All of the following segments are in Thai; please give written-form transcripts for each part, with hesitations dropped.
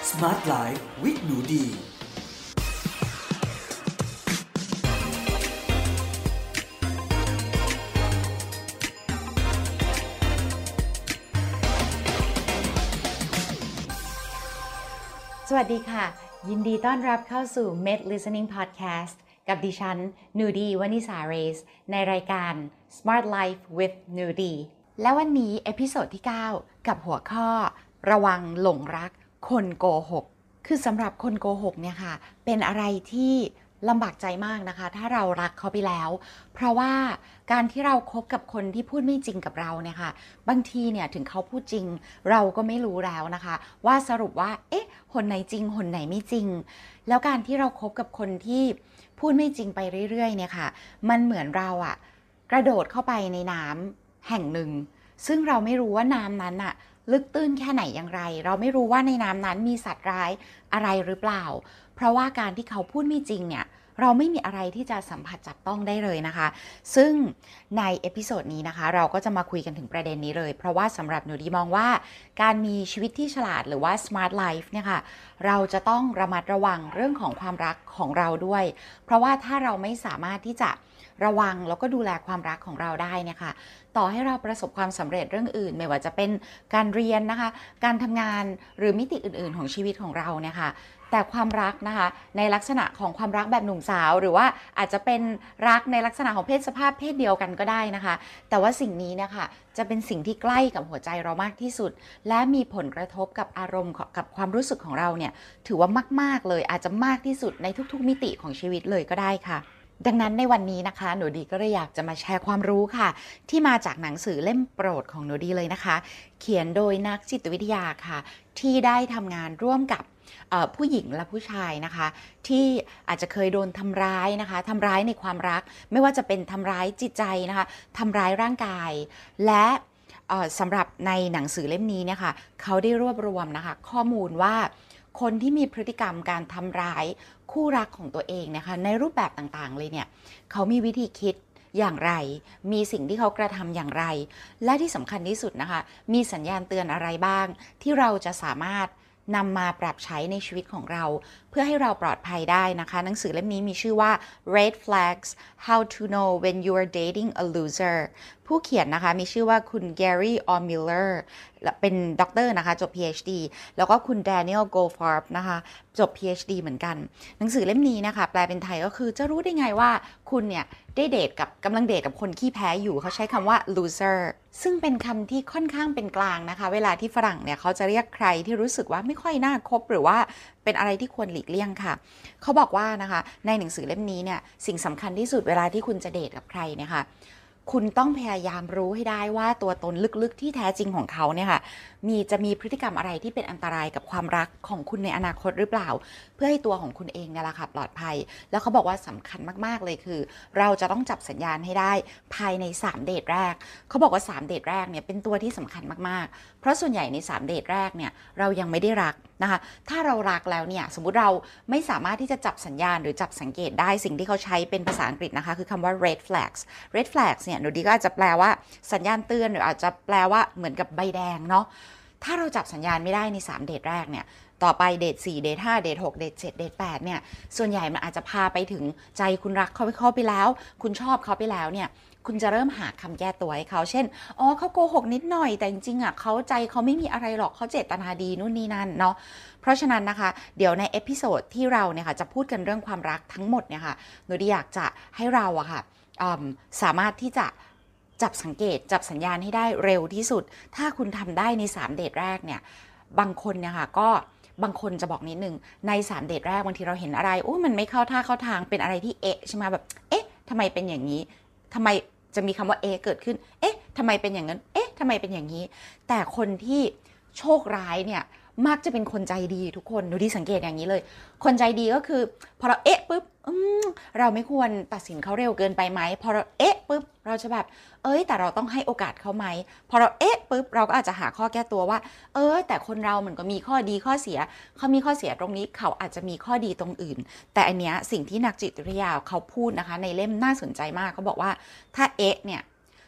Smart Life with หนูดีสวัสดีค่ะยินดีต้อนรับเข้าสู่ Med Listening Podcast กับดิฉันนูดีวนิสาเรซในรายการ Smart Life with นูดีและวันนี้เอพิโซดที่ 9 กับหัวข้อระวังหลงรักคนโกหกคือสำหรับคนโกหกเนี่ยค่ะเป็นอะไรที่ลำบากใจมากนะคะถ้าเรารักเขาไปแล้วเพราะว่าการที่เราคบกับคนที่พูดไม่จริงกับเราเนี่ยค่ะบางทีเนี่ยถึงเขาพูดจริงเราก็ไม่รู้แล้วนะคะว่าสรุปว่าหนไหนจริงหนไหนไม่จริงแล้วการที่เราคบกับคนที่พูดไม่จริงไปเรื่อยๆเนี่ยค่ะมันเหมือนเรากระโดดเข้าไปในน้ำแห่งหนึ่งซึ่งเราไม่รู้ว่าน้ำนั้นลึกตื้นแค่ไหนอย่างไรเราไม่รู้ว่าในน้ำนั้นมีสัตว์ร้ายอะไรหรือเปล่าเพราะว่าการที่เขาพูดไม่จริงเนี่ยเราไม่มีอะไรที่จะสัมผัสจับต้องได้เลยนะคะซึ่งในเอพิโซดนี้นะคะเราก็จะมาคุยกันถึงประเด็นนี้เลยเพราะว่าสำหรับหนูดีมองว่าการมีชีวิตที่ฉลาดหรือว่า smart life เนี่ยค่ะเราจะต้องระมัดระวังเรื่องของความรักของเราด้วยเพราะว่าถ้าเราไม่สามารถที่จะระวังแล้วก็ดูแลความรักของเราได้เนี่ยค่ะต่อให้เราประสบความสำเร็จเรื่องอื่นไม่ว่าจะเป็นการเรียนนะคะการทำงานหรือมิติอื่นๆของชีวิตของเราเนี่ยค่ะแต่ความรักนะคะในลักษณะของความรักแบบหนุ่มสาวหรือว่าอาจจะเป็นรักในลักษณะของเพศสภาพเพศเดียวกันก็ได้นะคะแต่ว่าสิ่งนี้นะคะจะเป็นสิ่งที่ใกล้กับหัวใจเรามากที่สุดและมีผลกระทบกับอารมณ์กับความรู้สึกของเราเนี่ยถือว่ามากๆเลยอาจจะมากที่สุดในทุกๆมิติของชีวิตเลยก็ได้ค่ะดังนั้นในวันนี้นะคะหนูดีก็เลยอยากจะมาแชร์ความรู้ค่ะที่มาจากหนังสือเล่มโปรดของหนูดีเลยนะคะเขียนโดยนักจิตวิทยาค่ะที่ได้ทำงานร่วมกับผู้หญิงและผู้ชายนะคะที่อาจจะเคยโดนทำร้ายนะคะทำร้ายในความรักไม่ว่าจะเป็นทำร้ายจิตใจนะคะทำร้ายร่างกายและสำหรับในหนังสือเล่มนี้เนี่ยค่ะเขาได้รวบรวมนะคะข้อมูลว่าคนที่มีพฤติกรรมการทำร้ายคู่รักของตัวเองนะคะในรูปแบบต่างๆเลยเนี่ยเขามีวิธีคิดอย่างไรมีสิ่งที่เขากระทำอย่างไรและที่สำคัญที่สุดนะคะมีสัญญาณเตือนอะไรบ้างที่เราจะสามารถนำมาปรับใช้ในชีวิตของเราเพื่อให้เราปลอดภัยได้นะคะหนังสือเล่มนี้มีชื่อว่า Red Flags How to Know When You Are Dating a Loser ผู้เขียนนะคะมีชื่อว่าคุณ Gary Ormiller เป็นด็อกเตอร์นะคะจบ PhD แล้วก็คุณ Daniel Goldfarb นะคะจบ PhD เหมือนกันหนังสือเล่มนี้นะคะแปลเป็นไทยก็คือจะรู้ได้ไงว่าคุณเนี่ยได้กำลังเดทกับคนขี้แพ้อยู่เขาใช้คำว่า loser ซึ่งเป็นคำที่ค่อนข้างเป็นกลางนะคะเวลาที่ฝรั่งเนี่ยเขาจะเรียกใครที่รู้สึกว่าไม่ค่อยน่าคบหรือว่าเป็นอะไรที่ควรหลีกเลี่ยงค่ะเขาบอกว่านะคะในหนังสือเล่มนี้เนี่ยสิ่งสำคัญที่สุดเวลาที่คุณจะเดทกับใครเนี่ยค่ะคุณต้องพยายามรู้ให้ได้ว่าตัวตนลึกๆที่แท้จริงของเขาเนี่ยค่ะจะมีพฤติกรรมอะไรที่เป็นอันตรายกับความรักของคุณในอนาคตหรือเปล่าเพื่อให้ตัวของคุณเองเนี่ยแหละค่ะปลอดภัยแล้วเขาบอกว่าสำคัญมากๆเลยคือเราจะต้องจับสัญญาณให้ได้ภายใน3เดทแรกเขาบอกว่า3เดทแรกเนี่ยเป็นตัวที่สำคัญมากๆเพราะส่วนใหญ่ใน3เดทแรกเนี่ยเรายังไม่ได้รักนะคะถ้าเรารักแล้วเนี่ยสมมุติเราไม่สามารถที่จะจับสัญญาณหรือจับสังเกตได้สิ่งที่เขาใช้เป็นภาษาอังกฤษนะคะคือคำว่า red flags red flags เนี่ยหนูดีก็อาจจะแปลว่าสัญญาณเตือนหรืออาจจะแปลว่าเหมือนกับใบแดงเนาะถ้าเราจับสัญญาณไม่ได้ใน3เดทแรกเนี่ยต่อไปเดท4เดท5เดท6เดท7เดท8เนี่ยส่วนใหญ่มันอาจจะพาไปถึงใจคุณรักเขาไปแล้วคุณชอบเขาไปแล้วเนี่ยคุณจะเริ่มหาคำแก้ตัวให้เขาเช่นเขาโกหกนิดหน่อยแต่จริงๆเขาใจเขาไม่มีอะไรหรอกเขาเจตนาดีนู่นนี่นั่นเนาะเพราะฉะนั้นนะคะเดี๋ยวในเอพิโซดที่เราเนี่ยค่ะจะพูดกันเรื่องความรักทั้งหมดเนี่ยค่ะหนูดีอยากจะให้เราค่ะสามารถที่จะจับสังเกตจับสัญญาณให้ได้เร็วที่สุดถ้าคุณทำได้ใน3เดทแรกเนี่ยบางคนเนี่ยค่ะก็บางคนจะบอกนิดนึงใน3เดทแรกบางทีเราเห็นอะไรมันไม่เข้าท่าเข้าทางเป็นอะไรที่ใช่ไหมแบบทำไมเป็นอย่างนี้ทำไมจะมีคำว่าเกิดขึ้นทำไมเป็นอย่างนั้นทำไมเป็นอย่างนี้แต่คนที่โชคร้ายเนี่ยมักจะเป็นคนใจดีทุกคนดูดีสังเกตอย่างนี้เลยคนใจดีก็คือพอเราปุ๊บเราไม่ควรตัดสินเขาเร็วเกินไปไหมพอเราปุ๊บเราจะแบบแต่เราต้องให้โอกาสเขาไหมพอเราปุ๊บเราก็อาจจะหาข้อแก้ตัวว่าแต่คนเรามันก็มีข้อดีข้อเสียเขามีข้อเสียตรงนี้เขาอาจจะมีข้อดีตรงอื่นแต่อันเนี้ยสิ่งที่นักจิตวิทยาเขาพูดนะคะในเล่มน่าสนใจมากเขาบอกว่าถ้าเนี่ย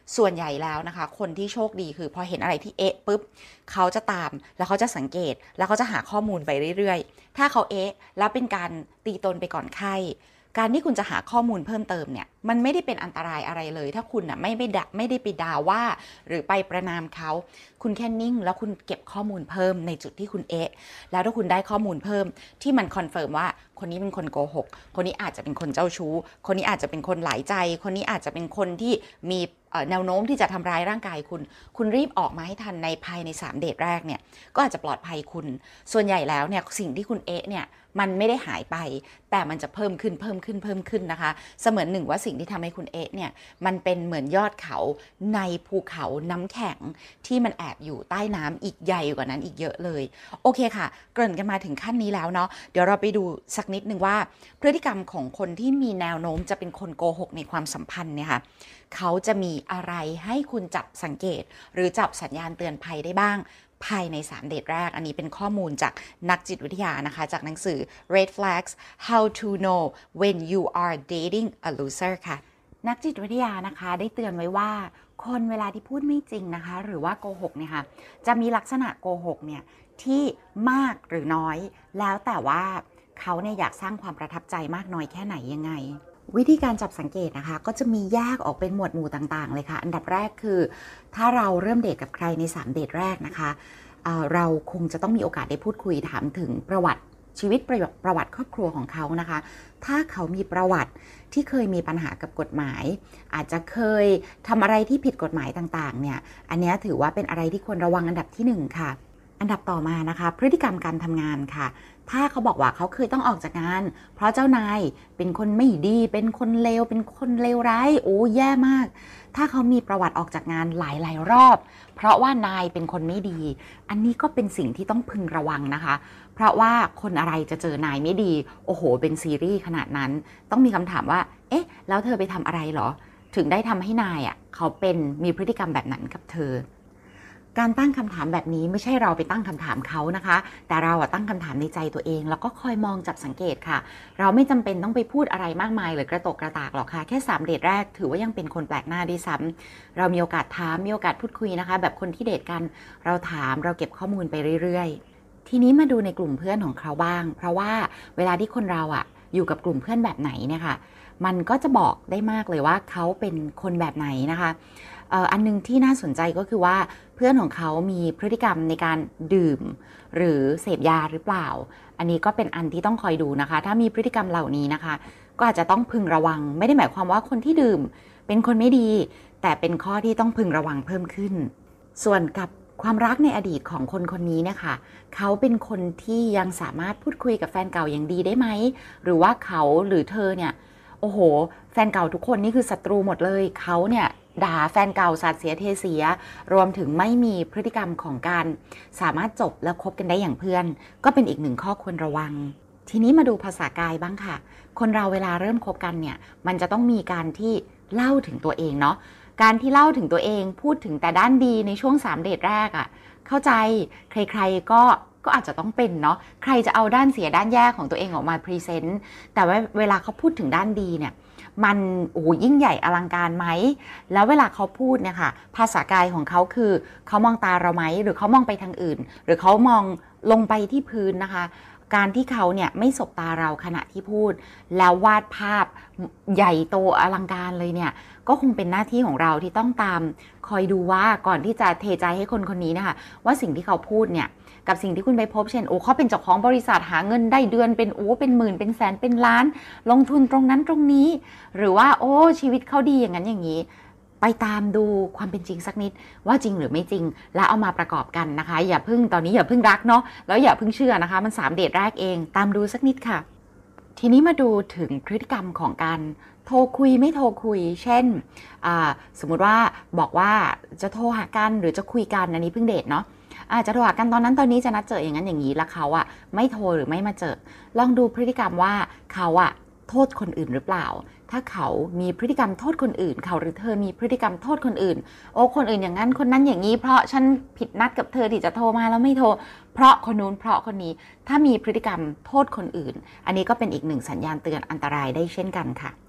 ส่วนใหญ่แล้วนะคะคนที่โชคดีคือพอเห็นอะไรที่ปุ๊บเขาจะตามแล้วเขาจะสังเกตแล้วเขาจะหาข้อมูลไปเรื่อยๆถ้าเขาแล้วเป็นการตีตนไปก่อนไข้การที่คุณจะหาข้อมูลเพิ่มเติมเนี่ยมันไม่ได้เป็นอันตรายอะไรเลยถ้าคุณไม่ได้ไปด่าว่าหรือไปประนามเขาคุณแค่นิ่งแล้วคุณเก็บข้อมูลเพิ่มในจุดที่คุณแล้วถ้าคุณได้ข้อมูลเพิ่มที่มันคอนเฟิร์มว่าคนนี้เป็นคนโกหกคนนี้อาจจะเป็นคนเจ้าชู้คนนี้อาจจะเป็นคนหลายใจคนนี้อาจจะเป็นคนที่มีแนวโน้มที่จะทำร้ายร่างกายคุณรีบออกมาให้ทันในภายใน3เดทแรกเนี่ยก็อาจจะปลอดภัยคุณส่วนใหญ่แล้วเนี่ยสิ่งที่คุณเนี่ยมันไม่ได้หายไปแต่มันจะเพิ่มขึ้นนะคะเสมือนหนึ่งว่าสิ่งที่ทำให้คุณเนี่ยมันเป็นเหมือนยอดเขาในภูเขาน้ำแข็งที่มันแอบอยู่ใต้น้ำอีกใหญ่กว่านั้นอีกเยอะเลยโอเคค่ะเกริ่นกันมาถึงขั้นนี้แล้วเนาะเดี๋ยวเราไปดูสักนิดนึงว่าพฤติกรรมของคนที่มีแนวโน้มจะเป็นคนโกหกในความสัมพันธ์เนี่ยค่ะเขาจะมีอะไรให้คุณจับสังเกตหรือจับสัญญาณเตือนภัยได้บ้างภายใน3เดทแรกอันนี้เป็นข้อมูลจากนักจิตวิทยานะคะจากหนังสือ Red Flags How to Know When You Are Dating a Loser ค่ะนักจิตวิทยานะคะได้เตือนไว้ว่าคนเวลาที่พูดไม่จริงนะคะหรือว่าโกหกเนี่ยค่ะจะมีลักษณะโกหกเนี่ยที่มากหรือน้อยแล้วแต่ว่าเขาเนี่ยอยากสร้างความประทับใจมากน้อยแค่ไหนยังไงวิธีการจับสังเกตนะคะก็จะมีแยกออกเป็นหมวดหมู่ต่างๆเลยค่ะอันดับแรกคือถ้าเราเริ่มเดทกับใครใน3เดทแรกนะคะเราคงจะต้องมีโอกาสได้พูดคุยถามถึงประวัติชีวิตประวัติครอบครัวของเขานะคะถ้าเขามีประวัติที่เคยมีปัญหากับกฎหมายอาจจะเคยทำอะไรที่ผิดกฎหมายต่างๆเนี่ยอันนี้ถือว่าเป็นอะไรที่ควรระวังอันดับที่1ค่ะอันดับต่อมานะคะพฤติกรรมการทำงานค่ะถ้าเขาบอกว่าเขาเคยต้องออกจากงานเพราะเจ้านายเป็นคนไม่ดีเป็นคนเลวเป็นคนเลวร้ายโอ้แย่มากถ้าเขามีประวัติออกจากงานหลายรอบเพราะว่านายเป็นคนไม่ดีอันนี้ก็เป็นสิ่งที่ต้องพึงระวังนะคะเพราะว่าคนอะไรจะเจอนายไม่ดีโอ้โหเป็นซีรีส์ขนาดนั้นต้องมีคำถามว่าเอ๊ะแล้วเธอไปทำอะไรหรอถึงได้ทำให้นายเขามีพฤติกรรมแบบนั้นกับเธอการตั้งคำถามแบบนี้ไม่ใช่เราไปตั้งคำถามเขานะคะแต่เราตั้งคำถามในใจตัวเองแล้วก็คอยมองจับสังเกตค่ะเราไม่จำเป็นต้องไปพูดอะไรมากมายหรือกระตกกระตากหรอกค่ะแค่3เดทแรกถือว่ายังเป็นคนแปลกหน้าด้วยซ้ำเรามีโอกาสถามมีโอกาสพูดคุยนะคะแบบคนที่เดทกันเราถามเราเก็บข้อมูลไปเรื่อยๆทีนี้มาดูในกลุ่มเพื่อนของเขาบ้างเพราะว่าเวลาที่คนเราอยู่กับกลุ่มเพื่อนแบบไหนเนี่ยค่ะมันก็จะบอกได้มากเลยว่าเขาเป็นคนแบบไหนนะคะอันนึงที่น่าสนใจก็คือว่าเพื่อนของเขามีพฤติกรรมในการดื่มหรือเสพยาหรือเปล่าอันนี้ก็เป็นอันที่ต้องคอยดูนะคะถ้ามีพฤติกรรมเหล่านี้นะคะก็อาจจะต้องพึงระวังไม่ได้หมายความว่าคนที่ดื่มเป็นคนไม่ดีแต่เป็นข้อที่ต้องพึงระวังเพิ่มขึ้นส่วนกับความรักในอดีตของคนคนนี้นะคะเขาเป็นคนที่ยังสามารถพูดคุยกับแฟนเก่าอย่างดีได้ไหมหรือว่าเขาหรือเธอเนี่ยโอ้โหแฟนเก่าทุกคนนี่คือศัตรูหมดเลยเขาเนี่ยด่าแฟนเก่าสาดเสียเทเสียรวมถึงไม่มีพฤติกรรมของการสามารถจบและคบกันได้อย่างเพื่อนก็เป็นอีก1ข้อควรระวังทีนี้มาดูภาษากายบ้างค่ะคนเราเวลาเริ่มคบกันเนี่ยมันจะต้องมีการที่เล่าถึงตัวเองเนาะการที่เล่าถึงตัวเองพูดถึงแต่ด้านดีในช่วง3เดทแรกเข้าใจใครๆก็อาจจะต้องเป็นเนาะใครจะเอาด้านเสียด้านแย่ของตัวเองออกมาพรีเซนต์แต่ว่าเวลาเขาพูดถึงด้านดีเนี่ยมันยิ่งใหญ่อลังการไหมแล้วเวลาเขาพูดเนี่ยค่ะภาษากายของเขาคือเขามองตาเราไหมหรือเขามองไปทางอื่นหรือเขามองลงไปที่พื้นนะคะการที่เขาเนี่ยไม่สบตาเราขณะที่พูดแล้ววาดภาพใหญ่โตอลังการเลยเนี่ยก็คงเป็นหน้าที่ของเราที่ต้องตามคอยดูว่าก่อนที่จะเทใจให้คนคนนี้นะคะว่าสิ่งที่เขาพูดเนี่ยกับสิ่งที่คุณไปพบเช่นเขาเป็นเจ้าของบริษัทหาเงินได้เดือนเป็นเป็นหมื่นเป็นแสนเป็นล้านลงทุนตรงนั้นตรงนี้หรือว่าชีวิตเขาดีอย่างนั้นอย่างนี้ไปตามดูความเป็นจริงสักนิดว่าจริงหรือไม่จริงแล้วเอามาประกอบกันนะคะอย่าเพิ่งตอนนี้อย่าเพิ่งรักเนาะแล้วอย่าเพิ่งเชื่อนะคะมัน3เดทแรกเองตามดูสักนิดค่ะทีนี้มาดูถึงพฤติกรรมของการโทรคุยไม่โทรคุยเช่นสมมุติว่าบอกว่าจะโทรหากันหรือจะคุยกันอันนี้เพิ่งเดทเนาะจะโทรหากันตอนนั้นตอนนี้จะนัดเจออย่างนั้นอย่างนี้แล้วเขาไม่โทรหรือไม่มาเจอลองดูพฤติกรรมว่าเขาโทษคนอื่นหรือเปล่าถ้าเขามีพฤติกรรมโทษคนอื่นเขาหรือเธอมีพฤติกรรมโทษคนอื่นคนอื่นอย่างนั้นคนนั้นอย่างนี้เพราะฉันผิดนัดกับเธอที่จะโทรมาแล้วไม่โทรเพราะคนนู้นเพราะคนนี้ถ้ามีพฤติกรรมโทษคนอื่นอันนี้ก็เป็นอีก1สัญญาณเตือนอันตรายได้เช่นกันค่ะ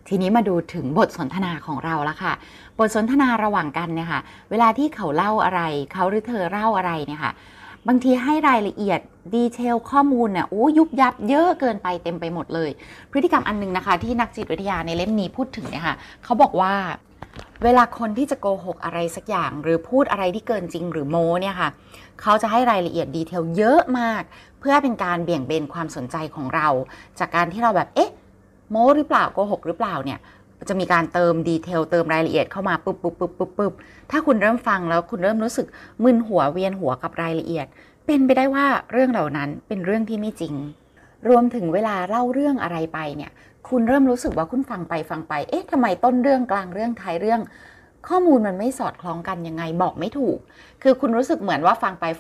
ทีนี้มาดูถึงบทสนทนาของเราแล้วค่ะบทสนทนาระหว่างกันเนี่ยค่ะเวลาที่เขาเล่าอะไรเขาหรือเธอเล่าอะไรเนี่ยค่ะบางทีให้รายละเอียดดีเทลข้อมูลเนี่ยยุบยับเยอะเกินไปเต็มไปหมดเลยพฤติกรรมอันนึงนะคะที่นักจิตวิทยาในเล่มนี้พูดถึงเนี่ยค่ะเขาบอกว่าเวลาคนที่จะโกหกอะไรสักอย่างหรือพูดอะไรที่เกินจริงหรือโม้เนี่ยค่ะเขาจะให้รายละเอียดดีเทลเยอะมากเพื่อเป็นการเบี่ยงเบนความสนใจของเราจากการที่เราแบบโม้หรือเปล่าโกหกหรือเปล่าเนี่ยจะมีการเติมดีเทลเติมรายละเอียดเข้ามาปุ๊บถ้าคุณเริ่มฟังแล้วคุณเริ่มรู้สึกมึนหัวเวียนหัวกับรายละเอียดเป็นไปได้ว่าเรื่องเหล่านั้นเป็นเรื่องที่ไม่จริงรวมถึงเวลาเล่าเรื่องอะไรไปเนี่ยคุณเริ่มรู้สึกว่าคุณฟังไปทำไมต้นเรื่องกลางเรื่องท้ายเรื่องข้อมูลมันไม่สอดคล้องกันยังไงบอกไม่ถูกคือคุณรู้สึกเหมือนว่าฟังไป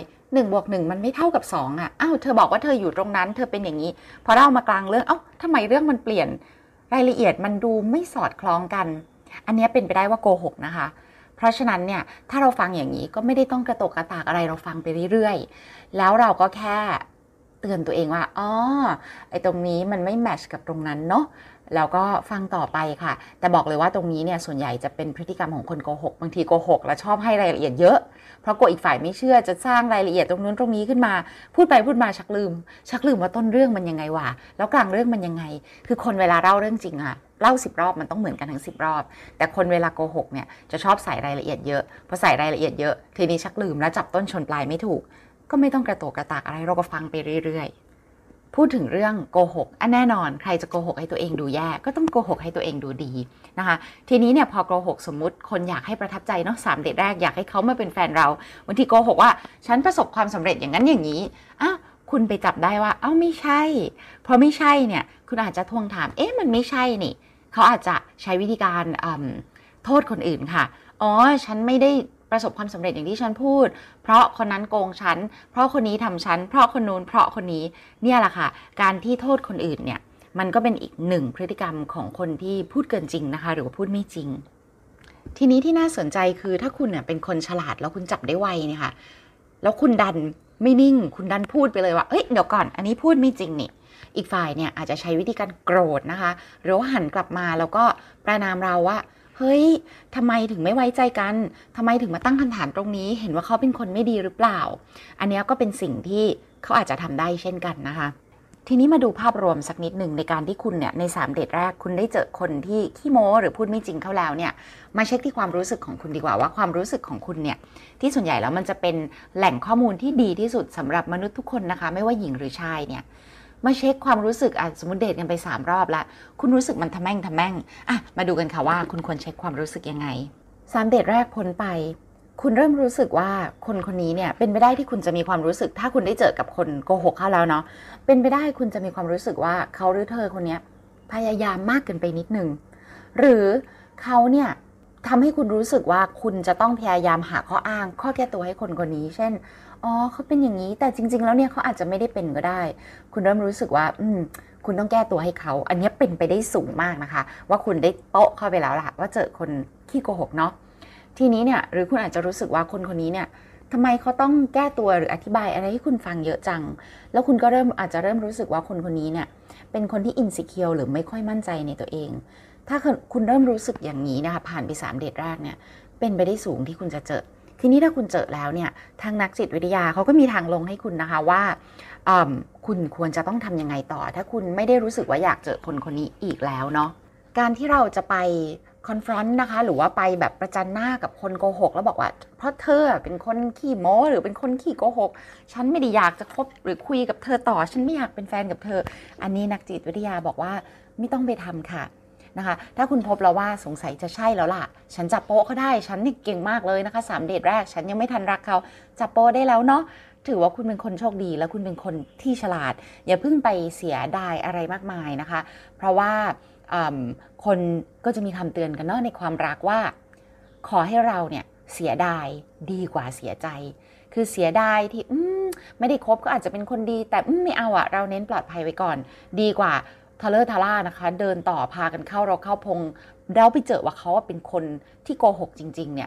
1+1มันไม่เท่ากับ2อ่ะเธอบอกว่าเธออยู่ตรงนั้นเธอเป็นอย่างนี้พอเล่ามากลางเรื่องทำไมเรื่องมันเปลี่ยนรายละเอียดมันดูไม่สอดคล้องกันอันนี้เป็นไปได้ว่าโกหกนะคะเพราะฉะนั้นเนี่ยถ้าเราฟังอย่างนี้ก็ไม่ได้ต้องกระตกกระตากอะไรเราฟังไปเรื่อยๆแล้วเราก็แค่เตือนตัวเองว่าไอ้ตรงนี้มันไม่แมทช์กับตรงนั้นเนาะแล้วก็ฟังต่อไปค่ะแต่บอกเลยว่าตรงนี้เนี่ยส่วนใหญ่จะเป็นพฤติกรรมของคนโกหกบางทีโกหกแล้วชอบให้รายละเอียดเยอะเพราะกลัวอีกฝ่ายไม่เชื่อจะสร้างรายละเอียดตรงนู้นตรงนี้ขึ้นมาพูดไปพูดมาชักลืมว่าต้นเรื่องมันยังไงวะแล้วกลางเรื่องมันยังไงคือคนเวลาเล่าเรื่องจริงอะเล่า10 รอบมันต้องเหมือนกันทั้ง10 รอบแต่คนเวลาโกหกเนี่ยจะชอบใส่รายละเอียดเยอะพอใส่รายละเอียดเยอะทีนี้ชักลืมแล้วจับต้นชนปลายไม่ถูกก็ไม่ต้องกระโตกกระตากอะไรเราก็ฟังไปเรื่อยๆพูดถึงเรื่องโกหกแน่นอนใครจะโกหกให้ตัวเองดูแย่ก็ต้องโกหกให้ตัวเองดูดีนะคะทีนี้เนี่ยพอโกหกสมมุติคนอยากให้ประทับใจเนาะ3 เดทแรกอยากให้เขามาเป็นแฟนเราบางทีโกหกว่าฉันประสบความสำเร็จอย่างนั้นอย่างนี้คุณไปจับได้ว่าไม่ใช่พอไม่ใช่เนี่ยคุณอาจจะทวงถามมันไม่ใช่นี่เขาอาจจะใช้วิธีการโทษคนอื่นค่ะฉันไม่ได้ประสบความสำเร็จอย่างที่ฉันพูดเพราะคนนั้นโกงฉันเพราะคนนี้ทำฉันเพราะคนนู้นเพราะคนนี้เนี่ยแหละค่ะการที่โทษคนอื่นเนี่ยมันก็เป็นอีกหนึ่งพฤติกรรมของคนที่พูดเกินจริงนะคะหรือว่าพูดไม่จริงทีนี้ที่น่าสนใจคือถ้าคุณเนี่ยเป็นคนฉลาดแล้วคุณจับได้ไวเนี่ยค่ะแล้วคุณดันไม่นิ่งคุณดันพูดไปเลยว่าเดี๋ยวก่อนอันนี้พูดไม่จริงนี่อีกฝ่ายเนี่ยอาจจะใช้วิธีการโกรธนะคะหรือว่าหันกลับมาแล้วก็ประณามเราว่าเฮ้ยทำไมถึงไม่ไว้ใจกันทำไมถึงมาตั้งคำถามตรงนี้เห็นว่าเขาเป็นคนไม่ดีหรือเปล่าอันนี้ก็เป็นสิ่งที่เขาอาจจะทำได้เช่นกันนะคะทีนี้มาดูภาพรวมสักนิดหนึ่งในการที่คุณเนี่ยใน3 เดทแรกคุณได้เจอคนที่ขี้โม้หรือพูดไม่จริงเข้าแล้วเนี่ยมาเช็คที่ความรู้สึกของคุณดีกว่าว่าความรู้สึกของคุณเนี่ยที่ส่วนใหญ่แล้วมันจะเป็นแหล่งข้อมูลที่ดีที่สุดสำหรับมนุษย์ทุกคนนะคะไม่ว่าหญิงหรือชายเนี่ยมาเช็คความรู้สึกสมมติเดทกันไป3 รอบแล้วคุณรู้สึกมันทำแม่งมาดูกันค่ะว่าคุณควรเช็คความรู้สึกยังไง3 เดทแรกพ้นไปคุณเริ่มรู้สึกว่าคนคนนี้เนี่ยเป็นไปได้ที่คุณจะมีความรู้สึกถ้าคุณได้เจอกับคนโกหกเขาแล้วเนาะเป็นไปได้คุณจะมีความรู้สึกว่าเขาหรือเธอคนนี้พยายามมากเกินไปนิดนึงหรือเขาเนี่ยทำให้คุณรู้สึกว่าคุณจะต้องพยายามหาข้ออ้างข้อแก้ตัวให้คนคนนี้เช่นเขาเป็นอย่างนี้แต่จริงๆแล้วเนี่ยเขาอาจจะไม่ได้เป็นก็ได้คุณเริ่มรู้สึกว่าคุณต้องแก้ตัวให้เขาอันนี้เป็นไปได้สูงมากนะคะว่าคุณได้โต๊ะเข้าไปแล้วล่ะว่าเจอคนขี้โกหกเนาะทีนี้เนี่ยหรือคุณอาจจะรู้สึกว่าคนคนนี้เนี่ยทำไมเขาต้องแก้ตัวหรืออธิบายอะไรให้คุณฟังเยอะจังแล้วคุณก็อาจจะเริ่มรู้สึกว่าคนคนนี้เนี่ยเป็นคนที่อินซิเคียวหรือไม่ค่อยมั่นใจในตัวเองถ้าคุณเริ่มรู้สึกอย่างนี้นะคะผ่านไป3 เดทแรกเนี่ยเป็นไปได้สูงที่คุณจะเจอทีนี้ถ้าคุณเจอแล้วเนี่ยทางนักจิตวิทยาเขาก็มีทางลงให้คุณนะคะว่าคุณควรจะต้องทำยังไงต่อถ้าคุณไม่ได้รู้สึกว่าอยากเจอคนคนนี้อีกแล้วเนาะการที่เราจะไปคอนฟรอนต์นะคะหรือว่าไปแบบประจันหน้ากับคนโกหกแล้วบอกว่าเพราะเธอเป็นคนขี้โม้หรือเป็นคนขี้โกหกฉันไม่ได้อยากจะคบหรือคุยกับเธอต่อฉันไม่อยากเป็นแฟนกับเธออันนี้นักจิตวิทยาบอกว่าไม่ต้องไปทำค่ะนะคะถ้าคุณพบแล้วว่าสงสัยจะใช่แล้วล่ะฉันจับโป๊ะเขาได้ฉันนี่เก่งมากเลยนะคะ3 เดทแรกฉันยังไม่ทันรักเขาจับโป๊ะได้แล้วเนาะถือว่าคุณเป็นคนโชคดีแล้วคุณเป็นคนที่ฉลาดอย่าเพิ่งไปเสียดายอะไรมากมายนะคะเพราะว่าคนก็จะมีคำเตือนกันเนาะในความรักว่าขอให้เราเนี่ยเสียดายดีกว่าเสียใจคือเสียดายที่ไม่ได้คบก็อาจจะเป็นคนดีแต่ไม่เอาเราเน้นปลอดภัยไว้ก่อนดีกว่าทะเลาะทะล่านะคะเดินต่อพากันเข้าเราเข้าพงแล้วไปเจอว่าเขาเป็นคนที่โกหกจริงๆเนี่ยค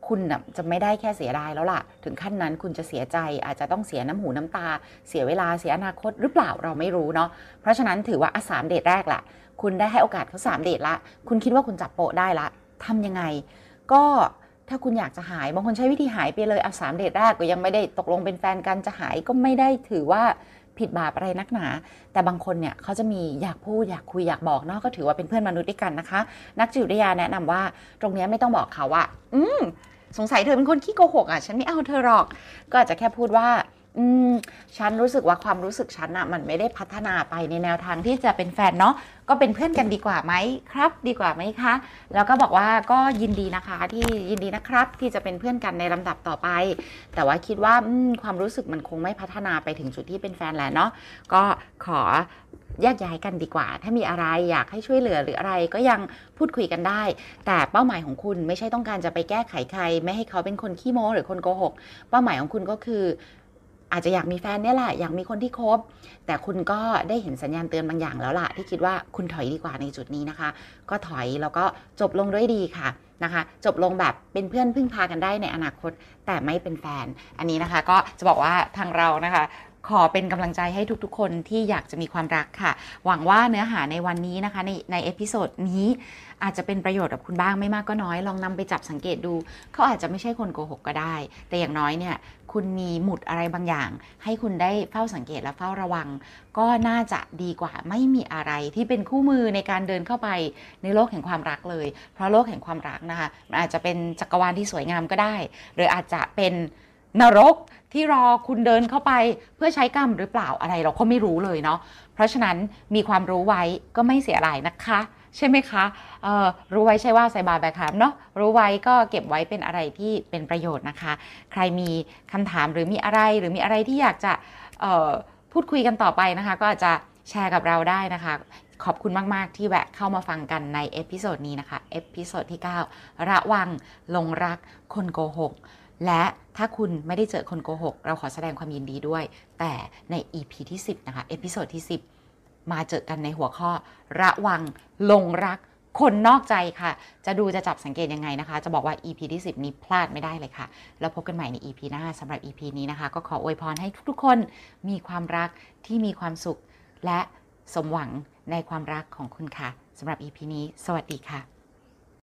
คุณจะไม่ได้แค่เสียดายแล้วล่ะถึงขั้นนั้นคุณจะเสียใจอาจจะต้องเสียน้ำหูน้ำตาเสียเวลาเสียอนาคตหรือเปล่าเราไม่รู้เนาะเพราะฉะนั้นถือว่า3 เดทแรกล่ะคุณได้ให้โอกาสเขา3 เดทละคุณคิดว่าคุณจับโปะได้ละทำยังไงก็ถ้าคุณอยากจะหายบางคนใช้วิธีหายไปเลย3 เดทแรกก็ยังไม่ได้ตกลงเป็นแฟนกันจะหายก็ไม่ได้ถือว่าผิดบาปอะไรนักหนาแต่บางคนเนี่ยเขาจะมีอยากพูดอยากคุยอยากบอกเนาะก็ถือว่าเป็นเพื่อนมนุษย์ด้วยกันนะคะนักจิตวิทยาแนะนำว่าตรงนี้ไม่ต้องบอกเขาว่าสงสัยเธอเป็นคนขี้โกหกฉันไม่เอาเธอหรอกก็อาจจะแค่พูดว่าฉันรู้สึกว่าความรู้สึกฉันมันไม่ได้พัฒนาไปในแนวทางที่จะเป็นแฟนเนาะก็เป็นเพื่อนกันดีกว่าไหมครับดีกว่าไหมคะแล้วก็บอกว่าก็ยินดีนะคะที่ยินดีนะครับที่จะเป็นเพื่อนกันในลำดับต่อไปแต่ว่าคิดว่าความรู้สึกมันคงไม่พัฒนาไปถึงจุดที่เป็นแฟนแล้วเนาะก็ขอแยกย้ายกันดีกว่าถ้ามีอะไรอยากให้ช่วยเหลือหรืออะไรก็ยังพูดคุยกันได้แต่เป้าหมายของคุณไม่ใช่ต้องการจะไปแก้ไขใครไม่ให้เขาเป็นคนขี้โม้หรือคนโกหกเป้าหมายของคุณก็คืออาจจะอยากมีแฟนเนี่ยแหละอยากมีคนที่คบแต่คุณก็ได้เห็นสัญญาณเตือนบางอย่างแล้วล่ะที่คิดว่าคุณถอยดีกว่าในจุดนี้นะคะก็ถอยแล้วก็จบลงด้วยดีค่ะนะคะจบลงแบบเป็นเพื่อนพึ่งพากันได้ในอนาคตแต่ไม่เป็นแฟนอันนี้นะคะก็จะบอกว่าทางเรานะคะขอเป็นกำลังใจให้ทุกๆคนที่อยากจะมีความรักค่ะหวังว่าเนื้อหาในวันนี้นะคะในเอพิโซดนี้อาจจะเป็นประโยชน์กับคุณบ้างไม่มากก็น้อยลองนำไปจับสังเกตดูเขาอาจจะไม่ใช่คนโกหกก็ได้แต่อย่างน้อยเนี่ยคุณมีหมุดอะไรบางอย่างให้คุณได้เฝ้าสังเกตและเฝ้าระวังก็น่าจะดีกว่าไม่มีอะไรที่เป็นคู่มือในการเดินเข้าไปในโลกแห่งความรักเลยเพราะโลกแห่งความรักนะคะมันอาจจะเป็นจักรวาลที่สวยงามก็ได้หรืออาจจะเป็นนรกที่รอคุณเดินเข้าไปเพื่อใช้กรรมหรือเปล่าอะไรเราก็ไม่รู้เลยเนาะเพราะฉะนั้นมีความรู้ไว้ก็ไม่เสียหายนะคะใช่ไหมคะรู้ไว้ใช่ว่าใส่บาตรแบกหามเนาะรู้ไว้ก็เก็บไว้เป็นอะไรที่เป็นประโยชน์นะคะใครมีคำถามหรือมีอะไรที่อยากจะพูดคุยกันต่อไปนะคะก็อาจจะแชร์กับเราได้นะคะขอบคุณมากๆที่แวะเข้ามาฟังกันในเอพิโซดนี้นะคะเอพิโซดที่9ระวังหลงรักคนโกหกและถ้าคุณไม่ได้เจอคนโกหกเราขอแสดงความยินดีด้วยแต่ใน EP ที่10นะคะเอพิโซดที่10มาเจอกันในหัวข้อระวังหลงรักคนนอกใจค่ะจะดูจะจับสังเกตยังไงนะคะจะบอกว่า EP ที่10นี้พลาดไม่ได้เลยค่ะแล้วพบกันใหม่ใน EP หน้าสำหรับ EP นี้นะคะก็ขออวยพรให้ทุกๆคนมีความรักที่มีความสุขและสมหวังในความรักของคุณค่ะสำหรับ EP นี้สวัสดีค่ะ